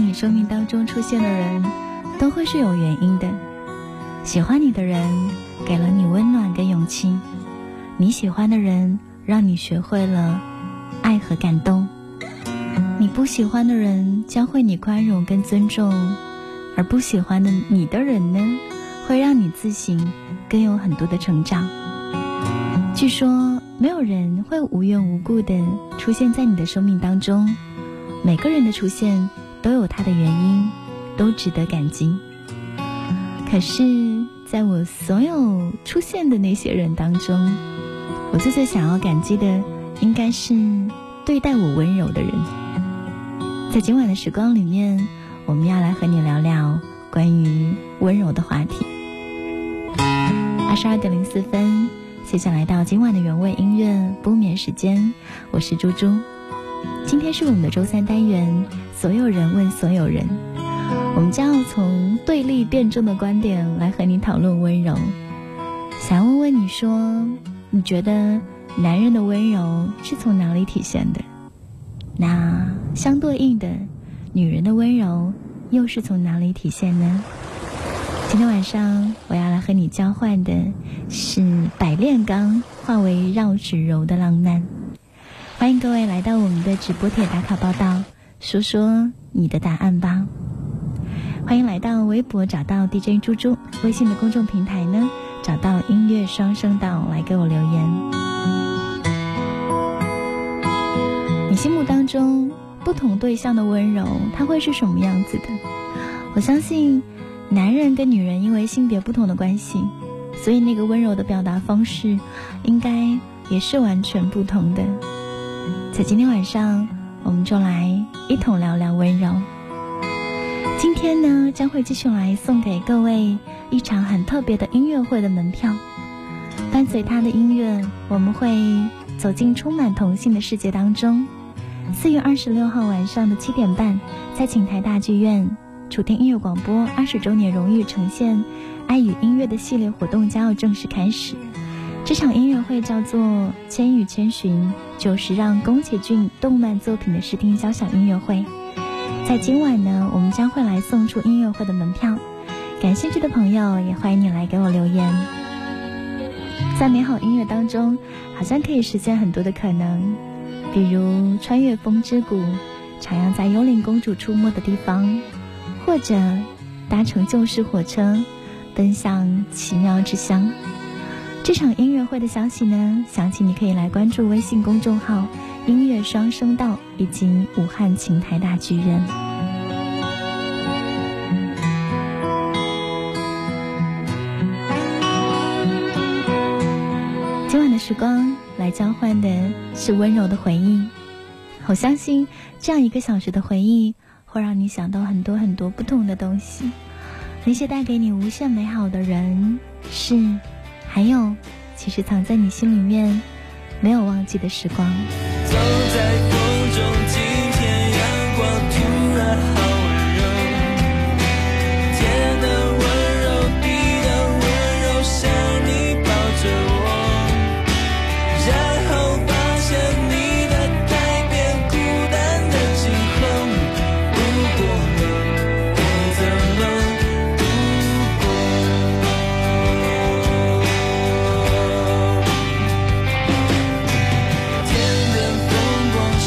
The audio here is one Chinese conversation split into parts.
你生命当中出现的人都会是有原因的。喜欢你的人给了你温暖跟勇气，你喜欢的人让你学会了爱和感动，你不喜欢的人教会你宽容跟尊重，而不喜欢的你的人呢，会让你自省更有很多的成长。据说没有人会无缘无故的出现在你的生命当中，每个人的出现都有他的原因，都值得感激。可是在我所有出现的那些人当中，我最想要感激的应该是对待我温柔的人。在今晚的时光里面，我们要来和你聊聊关于温柔的话题。22:04，接下来到今晚的原味音乐不眠时间，我是猪猪。今天是我们的周三单元，所有人问所有人，我们将要从对立辩证的观点来和你讨论温柔。想问问你说，你觉得男人的温柔是从哪里体现的？那相对应的，女人的温柔又是从哪里体现呢？今天晚上我要来和你交换的是百炼钢化为绕指柔的浪漫。欢迎各位来到我们的直播帖打卡报道，说说你的答案吧。欢迎来到微博找到 DJ 猪猪，微信的公众平台呢找到音乐双声道来给我留言。你心目当中不同对象的温柔它会是什么样子的？我相信男人跟女人因为性别不同的关系，所以那个温柔的表达方式应该也是完全不同的。在今天晚上我们就来一同聊聊温柔。今天呢将会继续来送给各位一场很特别的音乐会的门票，伴随他的音乐，我们会走进充满童心的世界当中。4月26号晚上的7点半，在景台大剧院楚天音乐广播20周年荣誉呈现爱与音乐的系列活动将要正式开始。这场音乐会叫做千与千寻90让宫崎骏动漫作品的视听交响音乐会。在今晚呢，我们将会来送出音乐会的门票，感兴趣的朋友也欢迎你来给我留言。在美好音乐当中，好像可以实现很多的可能，比如穿越风之谷，徜徉在幽灵公主出没的地方，或者搭乘旧式火车奔向奇妙之乡。这场音乐会的消息呢，详情你可以来关注微信公众号音乐双声道以及武汉琴台大剧院。今晚的时光来交换的是温柔的回忆，我相信这样1个小时的回忆会让你想到很多很多不同的东西，那些带给你无限美好的人事，还有其实藏在你心里面没有忘记的时光。 走在风中，今天阳光突然好热，天的温柔，地的温柔，像你抱着我，然后发现你的改变，孤单的今后，如果你怎么度过？天的风光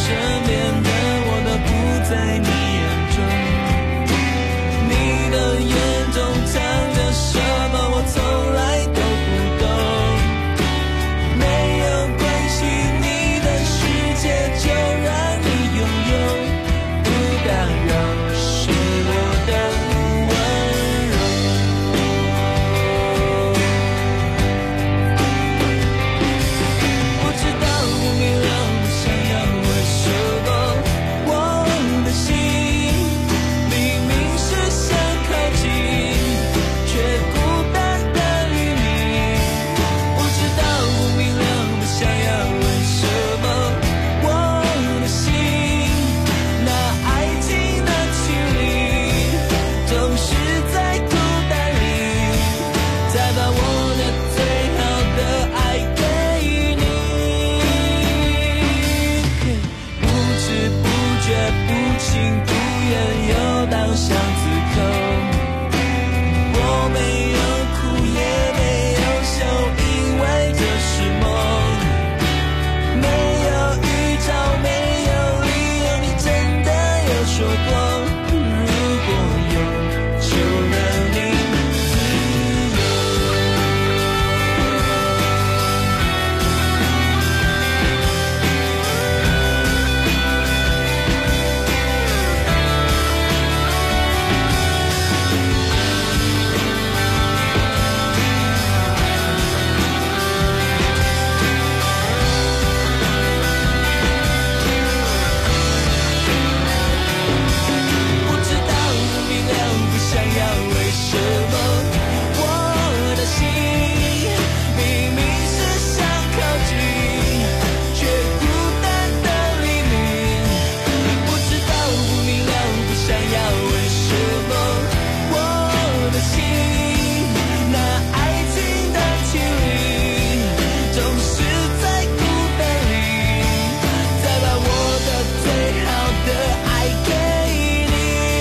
要，为什么我的心明明是想靠近，却孤单的黎明。不知道，不明了，不想要，为什么我的心那爱情的距离总是在孤单里，再把我的最好的爱给你。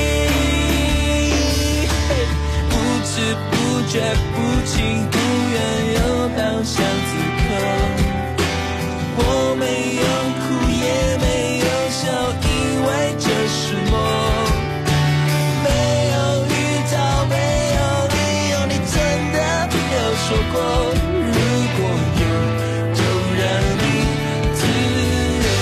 不知不觉，不情不愿，又到像此刻，我没有哭也没有笑，因为这是梦。没有预兆，没有理由，你真的没有说过，如果有，就让你自由。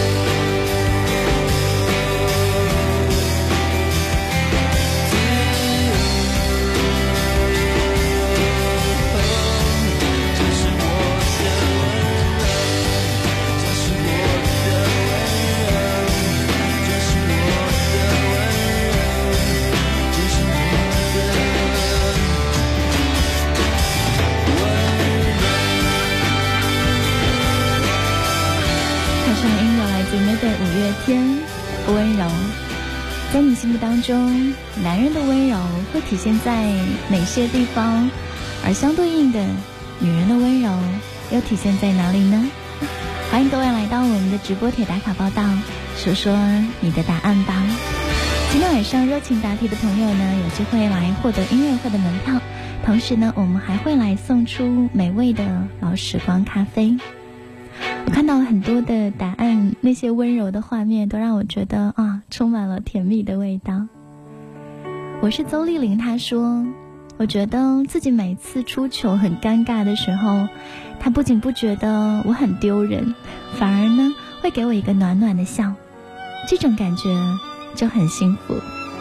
这是我的温柔，这是我的温柔，这是我的温柔，这是我的温柔。 他唱的音乐来自那对五月天，温柔。在你心目当中，男人的温柔会体现在哪些地方？而相对应的，女人的温柔又体现在哪里呢？欢迎各位来到我们的直播帖打卡报道，说说你的答案吧。今天晚上热情答题的朋友呢，有机会来获得音乐会的门票，同时呢，我们还会来送出美味的老时光咖啡。我看到了很多的答案，那些温柔的画面都让我觉得充满了甜蜜的味道。我是邹丽玲，她说我觉得自己每次出糗很尴尬的时候，她不仅不觉得我很丢人，反而呢会给我一个暖暖的笑，这种感觉就很幸福。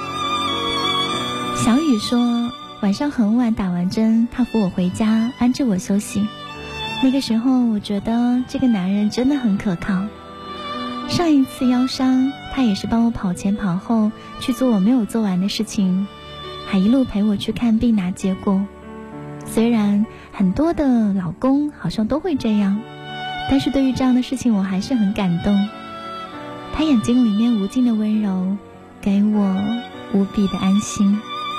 小雨说晚上很晚打完针，他扶我回家，安置我休息。那个时候我觉得这个男人真的很可靠。上一次腰伤，他也是帮我跑前跑后去做我没有做完的事情，还一路陪我去看病拿结果。虽然很多的老公好像都会这样，但是对于这样的事情我还是很感动。他眼睛里面无尽的温柔，给我无比的安心。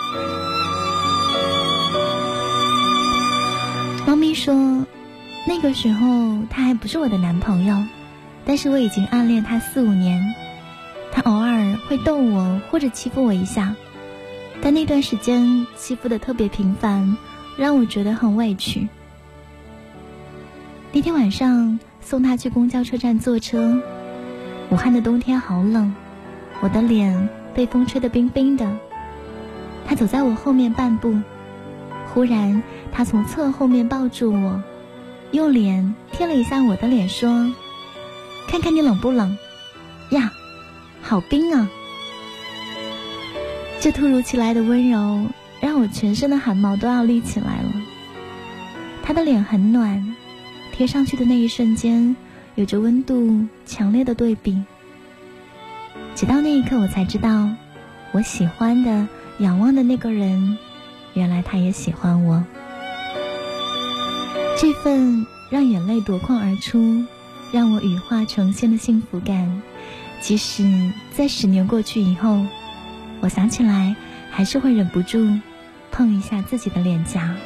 猫咪说那个时候他还不是我的男朋友，但是我已经暗恋他4-5年。他偶尔会逗我或者欺负我一下，但那段时间欺负得特别频繁，让我觉得很委屈。那天晚上送他去公交车站坐车，武汉的冬天好冷，我的脸被风吹得冰冰的。他走在我后面半步，忽然他从侧后面抱住我，用脸贴了一下我的脸，说：看看你冷不冷呀，好冰啊。这突如其来的温柔让我全身的汗毛都要立起来了。他的脸很暖，贴上去的那一瞬间有着温度强烈的对比。直到那一刻我才知道，我喜欢的仰望的那个人，原来他也喜欢我。这份让眼泪夺眶而出，让我羽化成仙的幸福感，即使在10年过去以后，我想起来还是会忍不住碰一下自己的脸颊。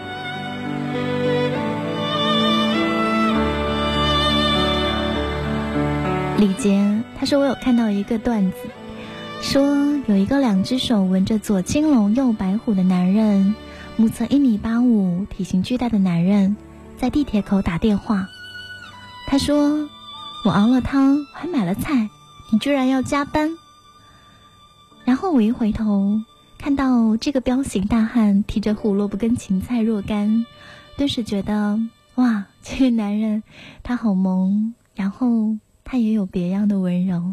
李杰他说我有看到一个段子，说有一个2只手纹着左青龙右白虎的男人，目测1.85米，体型巨大的男人在地铁口打电话。他说我熬了汤还买了菜，你居然要加班。然后我一回头看到这个彪形大汉提着胡萝卜跟芹菜若干，顿时觉得哇，这个男人他好萌，然后他也有别样的温柔。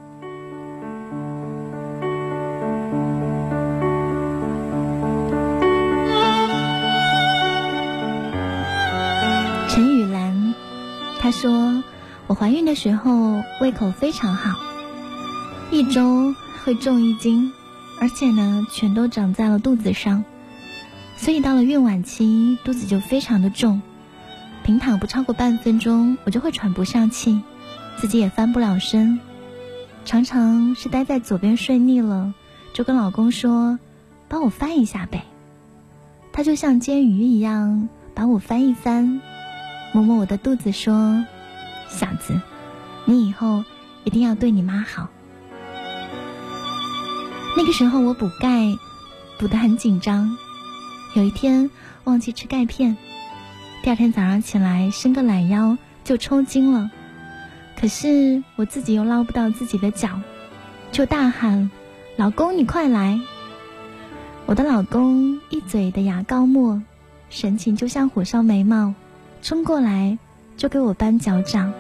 陈雨兰她说我怀孕的时候胃口非常好，1周会重1斤， 而且呢全都长在了肚子上，所以到了孕晚期肚子就非常的重，平躺不超过半分钟我就会喘不上气，自己也翻不了身，常常是待在左边睡腻了，就跟老公说帮我翻一下呗，他就像煎鱼一样把我翻一翻，摸摸我的肚子说，小子，你以后一定要对你妈好。那个时候我补钙补得很紧张，有一天忘记吃钙片，第二天早上起来伸个懒腰就抽筋了，可是我自己又捞不到自己的脚，就大喊，老公你快来。我的老公一嘴的牙膏沫，神情就像火烧眉毛，冲过来就给我扳脚掌。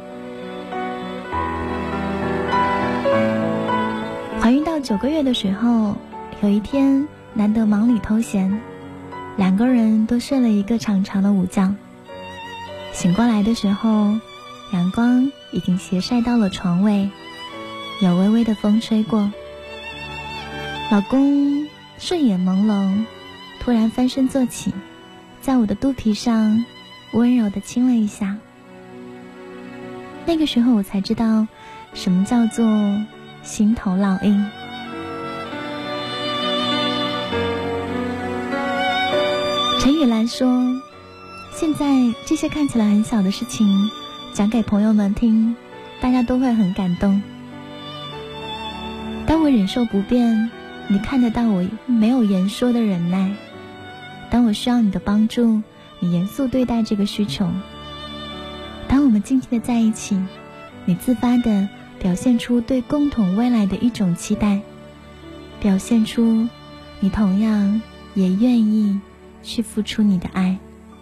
怀孕到9个月的时候，有一天难得忙里偷闲，2个人都睡了一个长长的午觉。醒过来的时候，阳光已经斜晒到了床位，有微微的风吹过。老公睡眼朦胧，突然翻身坐起，在我的肚皮上温柔地亲了一下。那个时候我才知道什么叫做心头烙印。陈雨兰说，现在这些看起来很小的事情讲给朋友们听，大家都会很感动。当我忍受不便，你看得到我没有言说的忍耐，当我需要你的帮助，你严肃对待这个需求，当我们静静的在一起，你自发的表现出对共同未来的一种期待，表现出你同样也愿意去付出你的爱。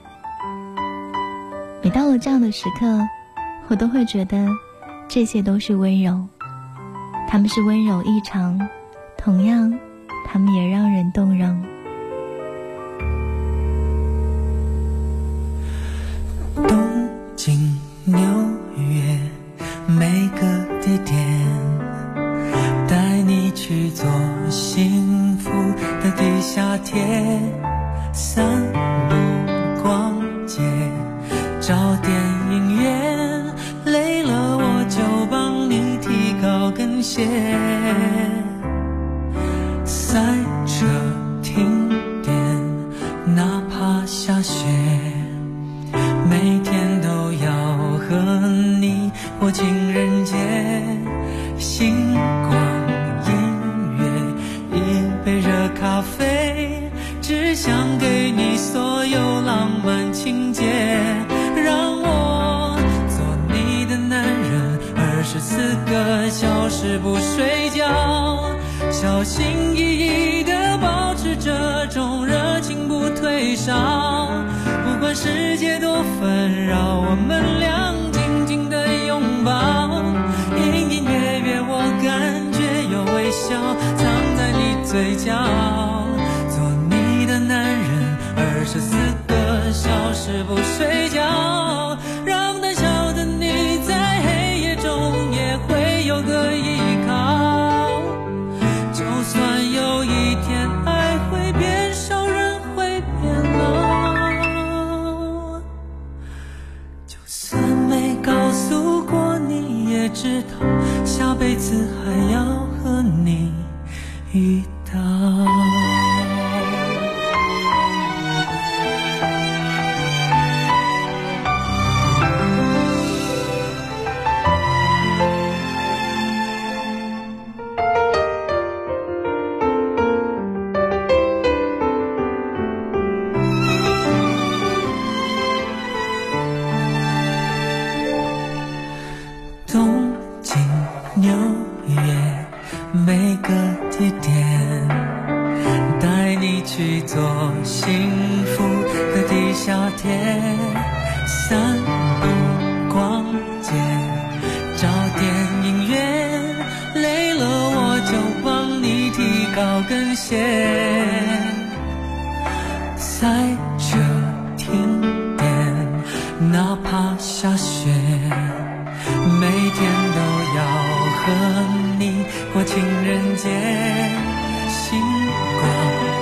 每到了这样的时刻，我都会觉得这些都是温柔，他们是温柔异常，同样他们也让人动容。 东京纽约每个地点，带你去做幸福的地下铁，散步逛街找电影院，累了我就帮你提高跟鞋，赛车停电哪怕下雪，每天都要和你过情人节，星光音乐一杯热咖啡，只想给你所有浪漫情节，让我做你的男人，24个小时不睡觉，小心翼翼地保持这种热情不退烧，不管世界多纷扰，我们俩紧紧地拥抱，隐隐约约我感觉有微笑藏在你嘴角，做你的男人，24个小时不睡觉，让胆小的你在黑夜中也会有个依靠，就算有一天爱会变少，人会变老，就算没告诉过你也知道，下辈子还要和你遇到。东京纽约每个地点，带你去做幸福的地下铁，散步逛街找电影院，累了我就帮你提高跟鞋，赛车停电哪怕下雪，每天都要和你过情人节，心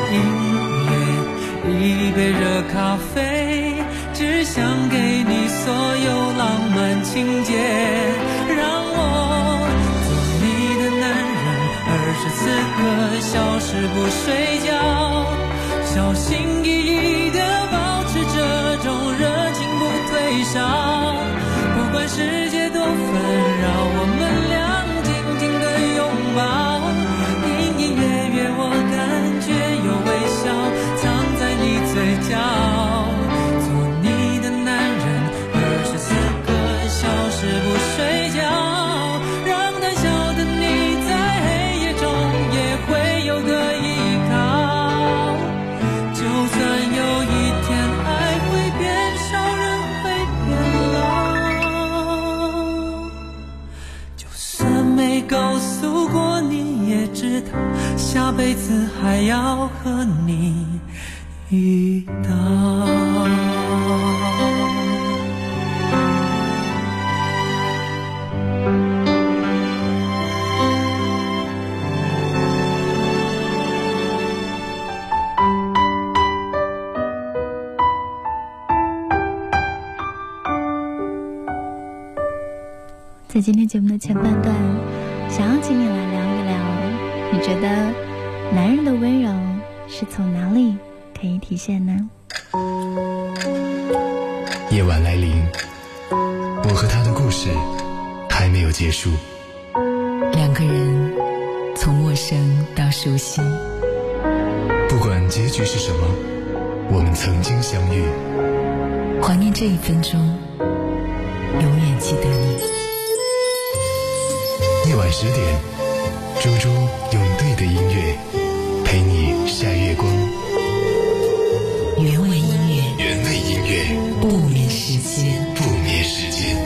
音乐，一杯热咖啡，只想给你所有浪漫情节，让我做你的男人，24刻小时不睡觉，小心翼翼地保持这种热情不退烧，不管世界多纷扰，我们俩紧紧地拥抱，隐隐约约我感觉有微笑藏在你嘴角，做你的男人，24个小时不睡觉，让胆小的你在黑夜中也会有个依靠，就算有一天爱会变少，人会变老，就算没告诉过你也知道，下辈子还要和你一道。 在今天节目的前半段，想要请你来聊一聊，你觉得男人的温柔是从哪里可以体现呢？ 夜晚来临，我和他的故事还没有结束。 两个人从陌生到熟悉， 不管结局是什么，我们曾经相遇。 怀念这一分钟，永远记得你。 夜晚10点，猪猪用对的音乐陪你晒月光。 原味音乐， 原味音乐， 不眠时间， 不眠时间。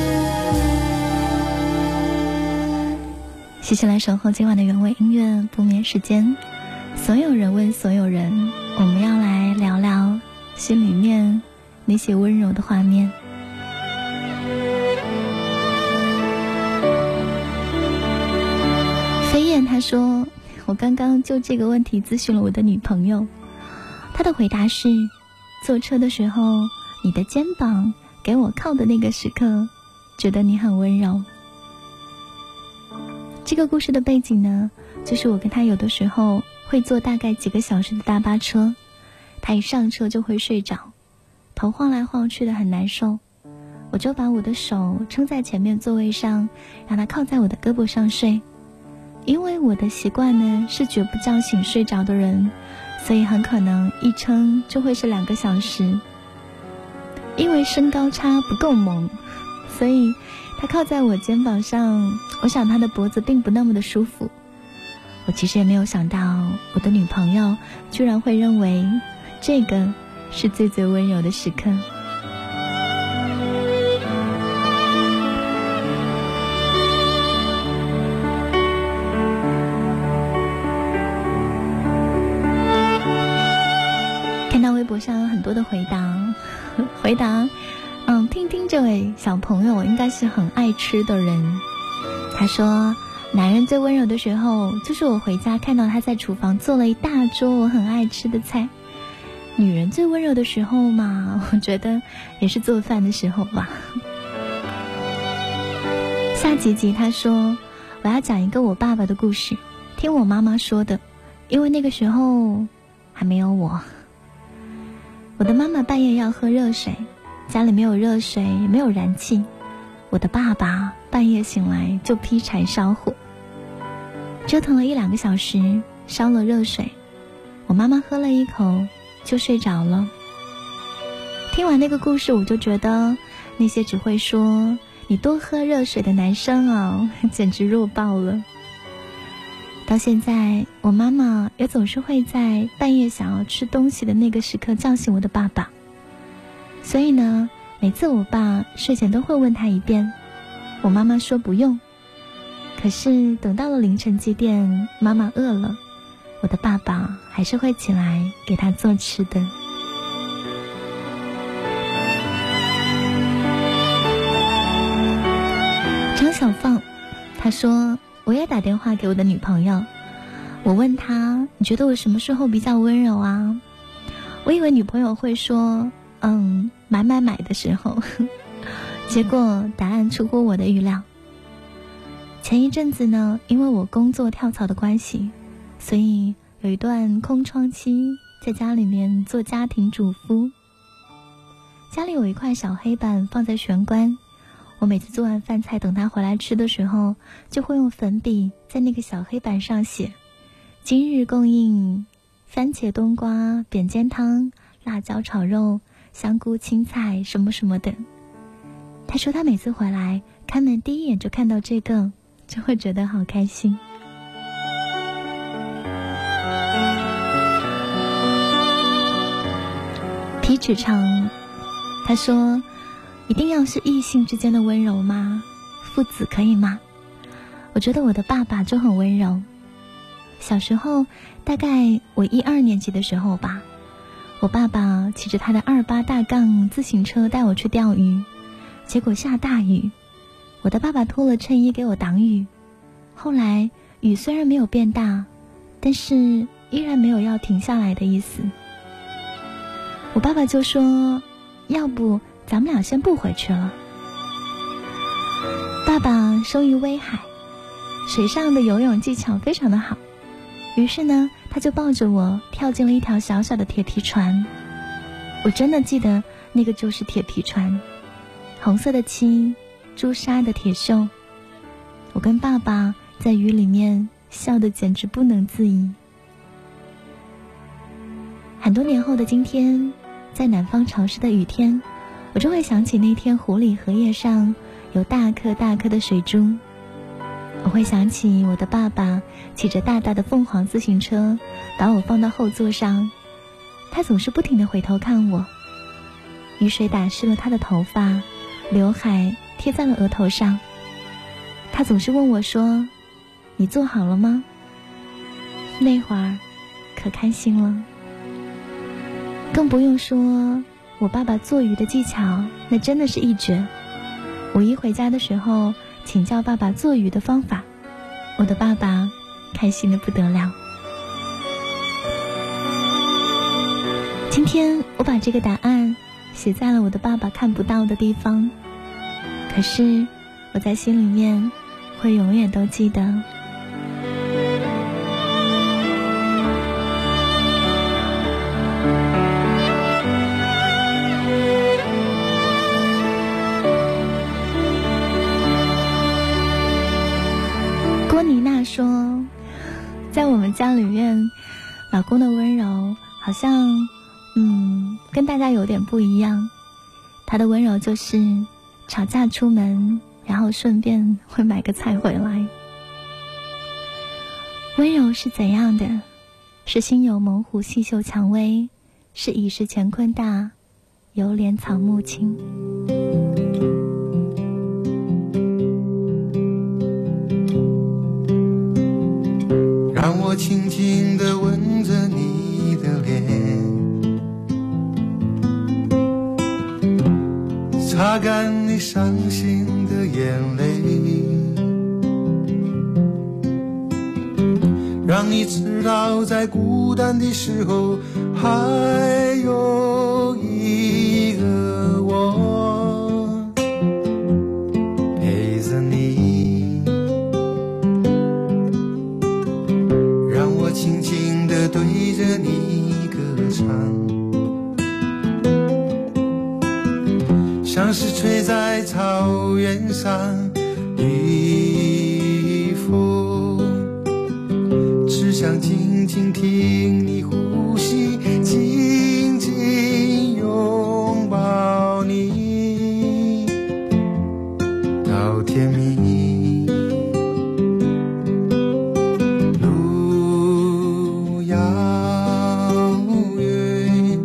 谢谢来守候今晚的原味音乐不眠时间。所有人问所有人，我们要来聊聊心里面那些温柔的画面。飞燕她说，我刚刚就这个问题咨询了我的女朋友，她的回答是，坐车的时候你的肩膀给我靠的那个时刻，觉得你很温柔。这个故事的背景呢，就是我跟她有的时候会坐大概几个小时的大巴车，她一上车就会睡着，头晃来晃去的很难受，我就把我的手撑在前面座位上，让她靠在我的胳膊上睡。因为我的习惯呢是绝不叫醒睡着的人，所以很可能一撑就会是2个小时。因为身高差不够猛，所以他靠在我肩膀上，我想他的脖子并不那么的舒服。我其实也没有想到我的女朋友居然会认为这个是最最温柔的时刻。看到微博上有很多的回答，听听这位小朋友应该是很爱吃的人。他说，男人最温柔的时候，就是我回家看到他在厨房做了一大桌我很爱吃的菜。女人最温柔的时候嘛，我觉得也是做饭的时候吧。夏吉吉他说，我要讲一个我爸爸的故事，听我妈妈说的，因为那个时候还没有我。我的妈妈半夜要喝热水，家里没有热水，也没有燃气，我的爸爸半夜醒来就劈柴烧火，折腾了1-2个小时，烧了热水，我妈妈喝了一口就睡着了。听完那个故事，我就觉得那些只会说你多喝热水的男生啊，简直弱爆了。到现在，我妈妈也总是会在半夜想要吃东西的那个时刻叫醒我的爸爸，所以呢，每次我爸睡前都会问他一遍，我妈妈说不用。可是等到了凌晨几点，妈妈饿了，我的爸爸还是会起来给他做吃的。张小放他说，我也打电话给我的女朋友， 我问他，你觉得我什么时候比较温柔啊？我以为女朋友会说买的时候结果答案出乎我的预料。前一阵子呢，因为我工作跳槽的关系，所以有一段空窗期，在家里面做家庭主妇。家里有一块小黑板放在玄关，我每次做完饭菜等他回来吃的时候，就会用粉笔在那个小黑板上写今日供应番茄冬瓜扁尖汤、辣椒炒肉、香菇青菜什么什么的。他说他每次回来开门第一眼就看到这个，就会觉得好开心。皮尺长他说，一定要是异性之间的温柔吗？父子可以吗？我觉得我的爸爸就很温柔。小时候，大概我1、2年级的时候吧，我爸爸骑着他的28大杠自行车带我去钓鱼，结果下大雨，我的爸爸脱了衬衣给我挡雨。后来雨虽然没有变大，但是依然没有要停下来的意思。我爸爸就说，要不咱们俩先不回去了。爸爸生于威海，水上的游泳技巧非常的好，于是呢，他就抱着我跳进了一条小小的铁皮船。我真的记得那个就是铁皮船，红色的漆，朱砂的铁锈。我跟爸爸在雨里面笑得简直不能自已。很多年后的今天，在南方潮湿的雨天，我就会想起那天湖里荷叶上有大颗大颗的水珠。我会想起我的爸爸骑着大大的凤凰自行车把我放到后座上，他总是不停地回头看我，雨水打湿了他的头发，刘海贴在了额头上。他总是问我说，你做好了吗？那会儿可开心了。更不用说我爸爸做鱼的技巧，那真的是一绝。我一回家的时候请教爸爸做鱼的方法，我的爸爸开心得不得了。今天我把这个答案写在了我的爸爸看不到的地方，可是我在心里面会永远都记得。郭妮娜说，在我们家里面，老公的温柔好像跟大家有点不一样。他的温柔就是吵架出门，然后顺便会买个菜回来。温柔是怎样的？是心有猛虎细嗅蔷薇，是已是乾坤大，犹怜草木青。 让我轻轻地吻着你的脸，擦干你伤心的眼泪，让你知道在孤单的时候还有一个我陪着你，让我轻轻地对着你歌唱，像是吹在草原上的风，只想静静听你呼吸，紧紧拥抱你到天明。路遥远，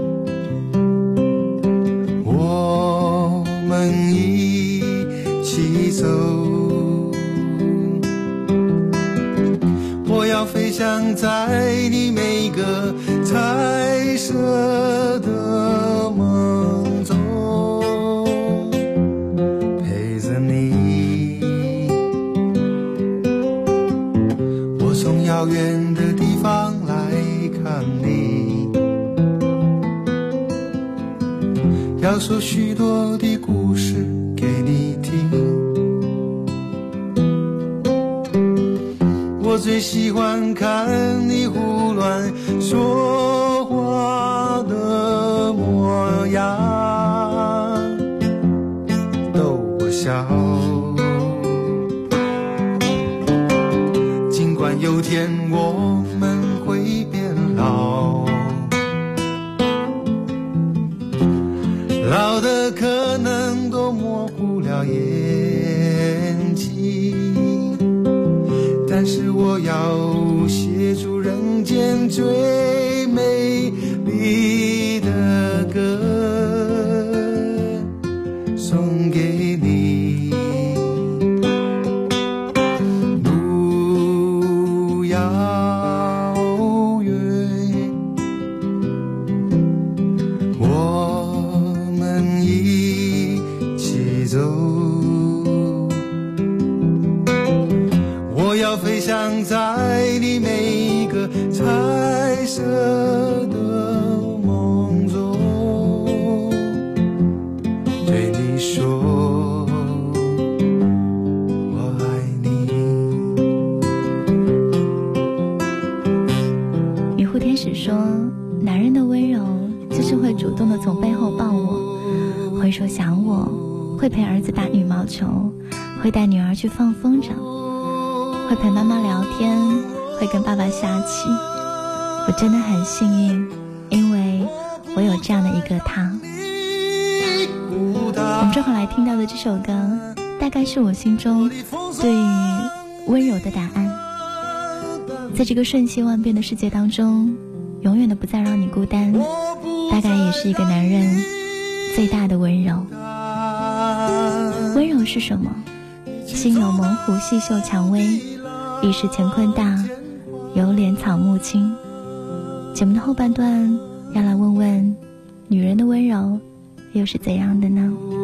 我们一起走，我要飞翔在你每个彩色的梦中，陪着你。我从遥远要说许多的故事给你听。我最喜欢看你胡乱说话的模样，逗我笑。尽管有天我们会变老，老的可能都模糊了眼睛，但是我要写出人间最美丽的歌送给你。路遥远，我们一起走，我要飞翔在你每一个彩色的梦中，对你说我爱你。 女护天使说，男人的温柔就是会主动的从背后抱我，会说想我，会陪儿子打羽毛球，会带女儿去放风筝，会陪妈妈聊天，会跟爸爸下棋。我真的很幸运，因为我有这样的一个他。我们正好来听到的这首歌，大概是我心中对于温柔的答案。在这个瞬息万变的世界当中，永远的不再让你孤单，大概也是一个男人最大的温柔。温柔是什么？心有猛虎，细嗅蔷薇，一时乾坤大，犹怜草木青。节目的后半段要来问问，女人的温柔又是怎样的呢？